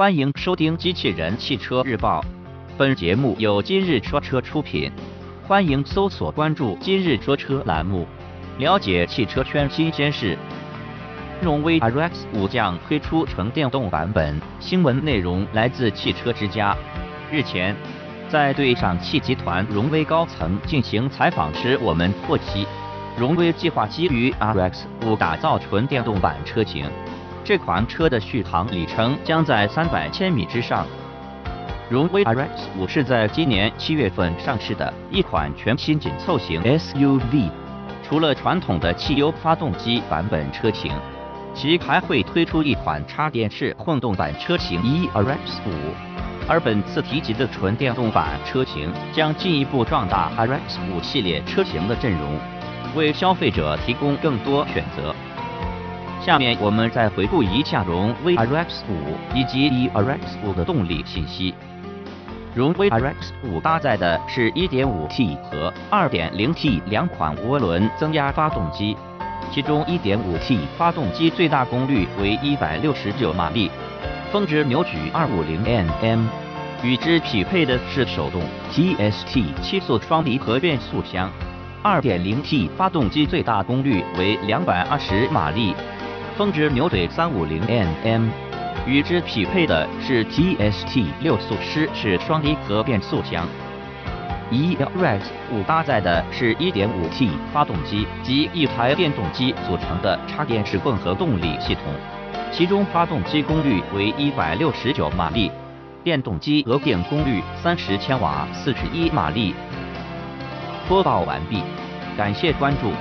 欢迎收听机器人汽车日报，本节目由今日说车出品。欢迎搜索关注今日说车栏目，了解汽车圈新鲜事。荣威 RX5 将推出纯电动版本，新闻内容来自汽车之家。日前，在对上汽集团荣威高层进行采访时，我们获悉，荣威计划基于 RX5 打造纯电动版车型。这款车的续航里程将在300千米之上。荣威 RX5 是在今年7月份上市的一款全新紧凑型 SUV， 除了传统的汽油发动机版本车型，其还会推出一款插电式混动版车型 eRX5， 而本次提及的纯电动版车型将进一步壮大 RX5 系列车型的阵容，为消费者提供更多选择。下面我们再回顾一下荣威 RX5 以及eRX5 的动力信息。荣威 RX5 搭载的是 1.5T 和 2.0T 两款涡轮增压发动机，其中 1.5T 发动机最大功率为169马力，峰值扭矩250 Nm， 与之匹配的是手动 TST 7速双离合变速箱。2.0T 发动机最大功率为220马力，峰值扭矩350 Nm， 与之匹配的是 TST 6速湿式双离合变速箱。eRX5 搭载的是 1.5T 发动机及一台电动机组成的插电式混合动力系统，其中发动机功率为169马力，电动机额电功率30千瓦，41马力。播报完毕，感谢关注。